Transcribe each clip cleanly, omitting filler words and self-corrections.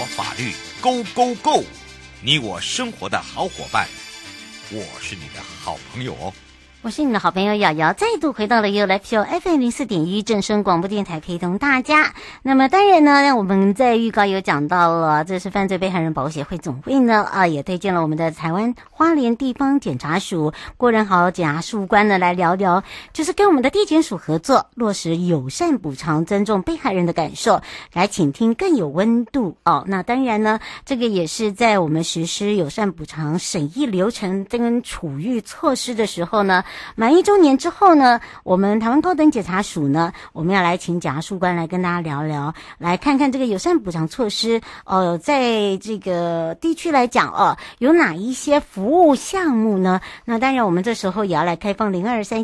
法律 ，Go Go Go！ 你我生活的好伙伴，我是你的好朋友哦。 我是你的好朋友瑶瑶，再度回到了 You Life Show FM 04.1正声广播电台，陪同大家。那么当然呢，我们在预告有讲到了，这是犯罪被害人保护协会总会呢也推荐了我们的台湾花莲地方检察署郭仁豪检察事务官呢来聊聊，就是跟我们的地检署合作，落实友善补偿，尊重被害人的感受，来倾听更有温度哦。那当然呢，这个也是在我们实施友善补偿审议流程跟处遇措施的时候呢。满1周年之后呢，我们台湾高等检察署呢，我们要来请检察事务官来跟大家聊聊，来看看这个友善补偿措施，在这个地区来讲有哪一些服务项目呢？那当然，我们这时候也要来开放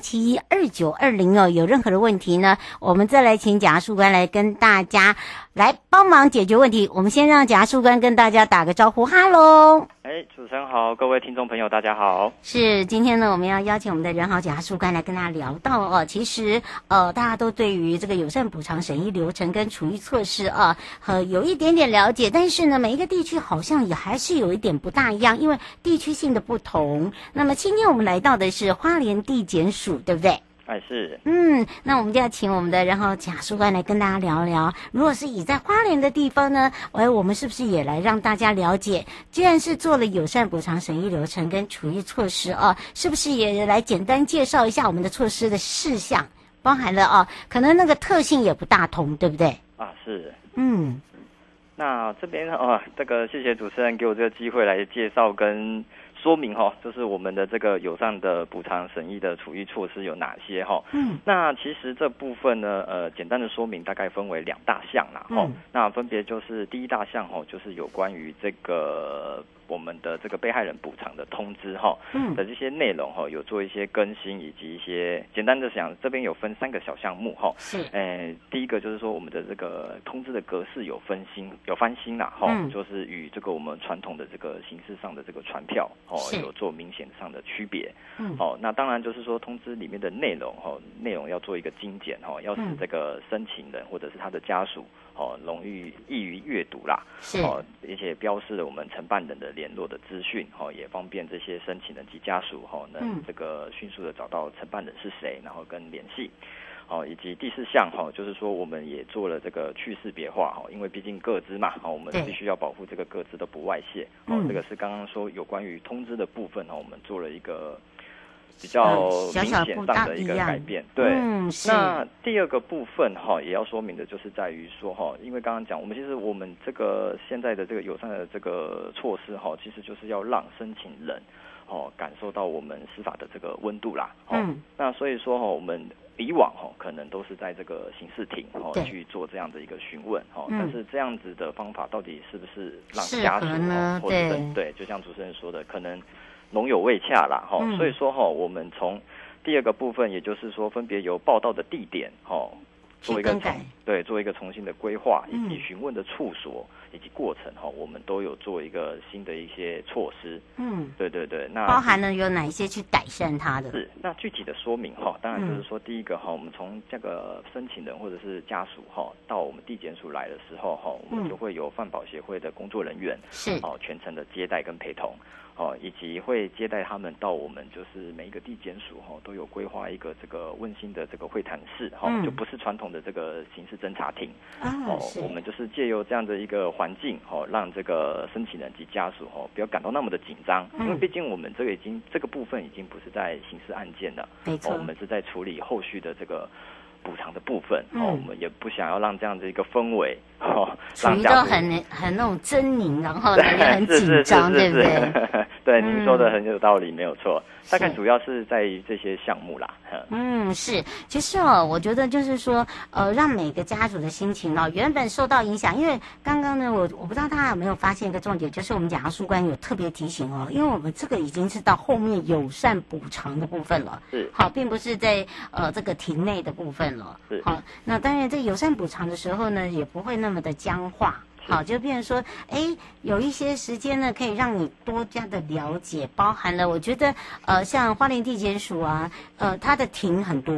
02372920有任何的问题呢，我们再来请检察事务官来跟大家来帮忙解决问题。我们先让检察事务官跟大家打个招呼，哈喽。 主持人好，各位听众朋友大家好。 是，今天呢我们要邀请我们的仁豪检察事务官来跟大家聊到其实大家都对于这个友善补偿审议流程跟处遇措施有一点点了解，但是呢每一个地区好像也还是有一点不大一样，因为地区性的不同。那么今天我们来到的是花莲地检署，对不对？ 是。 那我们就要请我们的仁豪检察事务官来跟大家聊聊，如果是以在花莲的地方呢，我们是不是也来让大家了解，既然是做了友善补偿审议流程跟处遇措施是不是也来简单介绍一下我们的措施的事项，包含了可能那个特性也不大同，对不对？ 是。 那这边这个谢谢主持人给我这个机会来介绍跟说明就是我们的这个友善的补偿审议的处遇措施有哪些那其实这部分呢简单的说明大概分为2大项啦那分别就是第一大项就是有关于这个我们的这个被害人补偿的通知的这些内容有做一些更新，以及一些简单的讲，这边有分3个小项目第一个就是说我们的这个通知的格式有翻新啦就是与这个我们传统的这个形式上的这个传票有做明显上的区别那当然就是说通知里面的内容要做一个精简要使这个申请人或者是他的家属易于阅读啦而且标示了我们承办人的联络的资讯也方便这些申请人及家属能这个迅速的找到承办人是谁，然后跟联系以及第4项就是说我们也做了这个去识别化因为毕竟个资嘛我们必须要保护这个个资的不外泄这个是刚刚说有关于通知的部分我们做了一个比较明显上的一个改变对那第2个部分也要说明的就是在于说因为刚刚讲我们这个现在的这个友善的这个措施其实就是要让申请人感受到我们司法的这个温度啦那所以说我们以往可能都是在这个刑事庭去做这样的一个询问但是这样子的方法到底是不是让家属或者对就像主持人说的可能容有未洽啦所以说我们从第2个部分，也就是说分别由报到的地点做一个重新的规划，以及询问的处所以及过程我们都有做一个新的一些措施对，那包含了有哪一些去改善它的？ 是那具体的说明当然就是说第一个我们从这个申请人或者是家属到我们地检署来的时候我们就会有犯保协会的工作人员是全程的接待跟陪同以及会接待他们到我们就是每一个地检署都有规划一个这个温馨的这个会谈室就不是传统的这个刑事侦查庭我们就是借由这样的一个环境让这个申请人及家属不要感到那么的紧张因为毕竟我们这个部分已经不是在刑事案件了没错我们是在处理后续的这个补偿的部分我们也不想要让这样的一个氛围处于到很那种狰狞，然后也很紧张，对不对？ 对，您说的很有道理，没有错。大概主要是在于这些项目啦。 是，其实我觉得就是说，让每个家属的心情原本受到影响，因为刚刚呢，我不知道大家有没有发现一个重点，就是我们检察事务官有特别提醒因为我们这个已经是到后面友善补偿的部分了，是好，并不是在这个庭内的部分了，是好。那当然，在友善补偿的时候呢，也不会那么的僵化。好，就变成说，有一些时间呢，可以让你多加的了解，包含了我觉得，像花莲地检署啊，它的庭很多，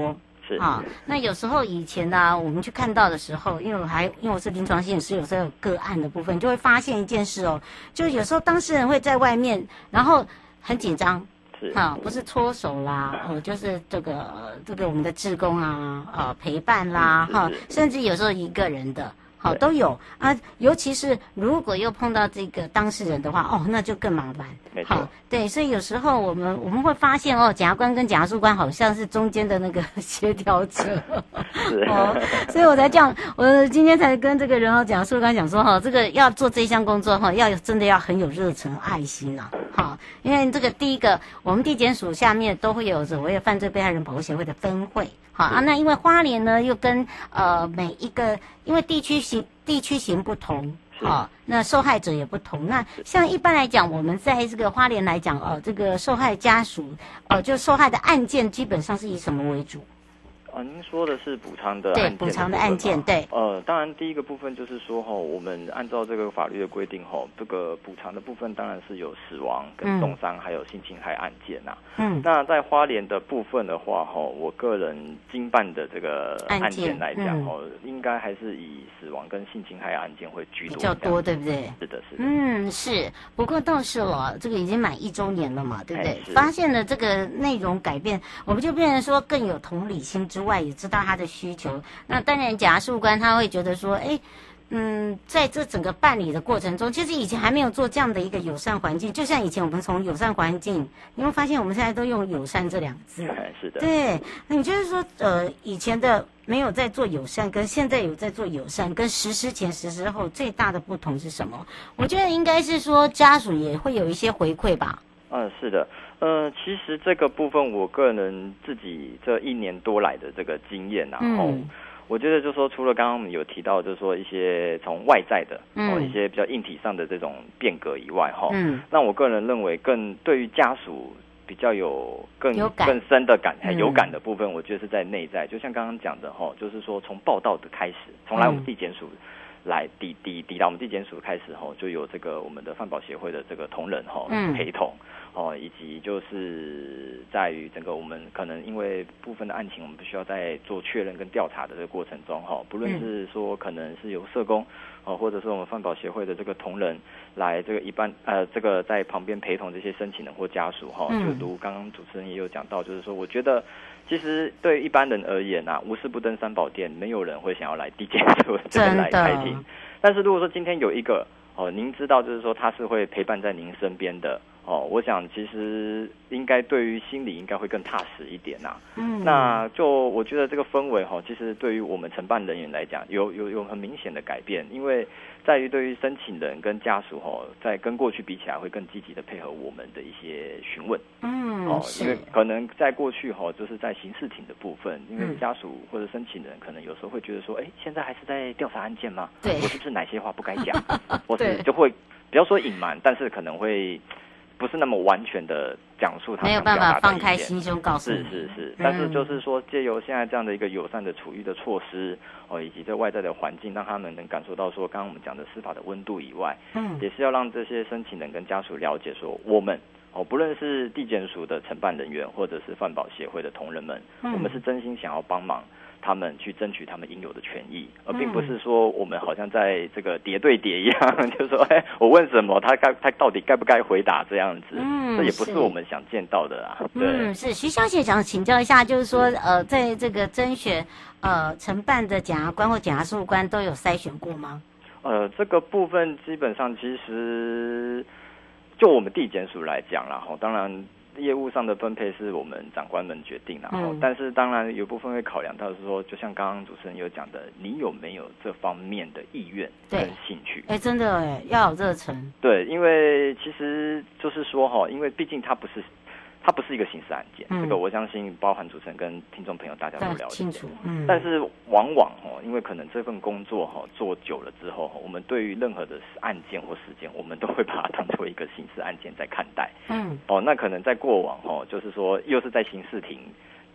是那有时候以前呢，我们去看到的时候，因为我是临床心理师，有时候有个案的部分，就会发现一件事哦，就是有时候当事人会在外面，然后很紧张。不是搓手啦，就是这个我们的志工啊，陪伴啦，甚至有时候一个人的。都有啊，尤其是如果又碰到这个当事人的话，那就更麻烦。 没错， 对，所以有时候我们会发现检察官跟检察事官好像是中间的那个协调者。所以我才讲，我今天才跟这个人检察事官讲说，这个要做这项工作真的要很有热忱、爱心啊。因为这个第一个，我们地检署下面都会有所谓的犯罪被害人保护协会的分会。那因为花莲呢又跟每一个因为地区型不同，那受害者也不同。那像一般来讲，我们在这个花莲来讲，这个受害家属，就受害的案件基本上是以什么为主？ 您说的是补偿的案件， 对，补偿的案件，对。 当然第一个部分就是说我们按照这个法律的规定这个补偿的部分当然是有死亡跟重伤，还有性侵害案件呐。那在花莲的部分的话我个人经办的这个案件来讲应该还是以死亡跟性侵害案件会居多， 比较多，对不对？ 是的。 是。不过倒是这个已经满1周年了嘛，对不对？发现了这个内容改变，我们就变成说更有同理心之外，也知道他的需求。那当然检察事官他会觉得说，在这整个办理的过程中，其实以前还没有做这样的一个友善环境。就像以前我们从友善环境，你会发现我们现在都用友善这2个字。 是的。 对，那你就是说，以前的没有在做友善，跟现在有在做友善，跟实施前、实施后最大的不同是什么？我觉得应该是说家属也会有一些回馈吧。 是的。其实这个部分我个人自己这1年多来的这个经验我觉得就是说，除了刚刚我们有提到，就是说一些从外在的一些比较硬体上的这种变革以外那我个人认为对于家属比较有更深的有感的部分，我觉得是在内在。就像刚刚讲的就是说从报道的开始，从来我们地检署来抵达我们地检署开始就有这个我们的犯保协会的这个同仁陪同以及就是在于整个我们可能因为部分的案情，我们必须要在做确认跟调查的这个过程中不论是说可能是由社工或者是我们犯保协会的这个同仁来这个一般这个在旁边陪同这些申请人或家属就如刚刚主持人也有讲到，就是说我觉得其实对一般人而言无事不登三宝殿，没有人会想要来地检署这边来开庭。但是如果说今天有一个您知道就是说他是会陪伴在您身边的我想其实应该对于心里应该会更踏实一点那就我觉得这个氛围其实对于我们承办人员来讲有很明显的改变，因为在于对于申请人跟家属在跟过去比起来会更积极的配合我们的一些询问因为可能在过去就是在刑事庭的部分，因为家属或者申请人可能有时候会觉得说现在还是在调查案件吗？ 对， 我是不是哪些话不该讲或是就会不要说隐瞒，但是可能会不是那么完全的讲述他没有办法放开心胸告诉你。 是，但是就是说借由现在这样的一个友善的处遇的措施以及这外在的环境，让他们能感受到说刚刚我们讲的司法的温度以外也是要让这些申请人跟家属了解说我们不论是地检署的承办人员或者是犯保协会的同仁们我们是真心想要帮忙他们去争取他们应有的权益，而并不是说我们好像在这个叠对叠一样，就是说，我问什么，他到底该不该回答这样子，这也不是我们想见到的对， 是徐小姐想请教一下，就是说，在这个甄选承办的检察官或检察事务官都有筛选过吗？ 这个部分基本上其实就我们地检署来讲啦，当然。业务上的分配是我们长官们决定但是当然有部分会考量到是说，就像刚刚主持人有讲的，你有没有这方面的意愿跟兴趣？ 真的要有热忱。 对，因为其实就是说因为毕竟它不是一个刑事案件，这个我相信包含主持人跟听众朋友大家都了解清楚。 但是往往因为可能这份工作做久了之后我们对于任何的案件或事件，我们都会把它当作一个刑事案件在看待。那可能在过往就是说又是在刑事庭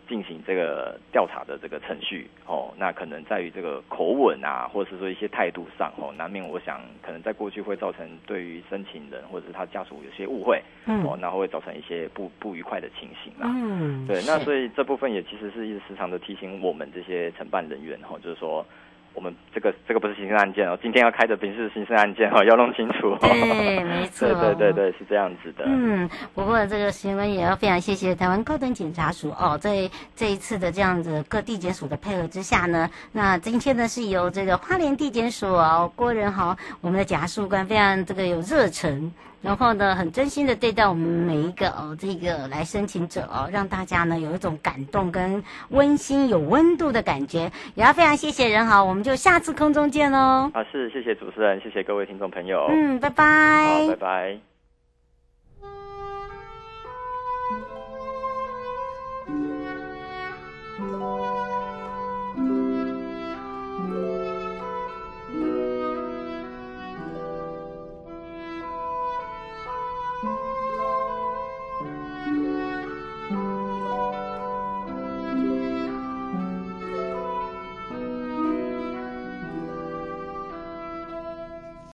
进行这个调查的这个程序那可能在于这个口吻啊，或者是说一些态度上难免我想可能在过去会造成对于申请人或者是他家属有些误会那会造成一些不愉快的情形啦。对，那所以这部分也其实是一直时常的提醒我们这些承办人员就是说。我们这个不是刑事案件今天要开的不是刑事案件要弄清楚对，没错， 对，是这样子的。 不过这个新闻也要非常谢谢台湾高等检察署在这一次的这样子各地检署的配合之下呢，那今天呢是由这个花莲地检署郭仁豪我们的检察事务官非常这个有热忱。然后呢，很真心的对待我们每一个这个来申请者让大家呢有一种感动跟温馨有温度的感觉，也要非常谢谢仁豪，我们就下次空中见喽。 是，谢谢主持人，谢谢各位听众朋友。 拜拜。 好，拜拜。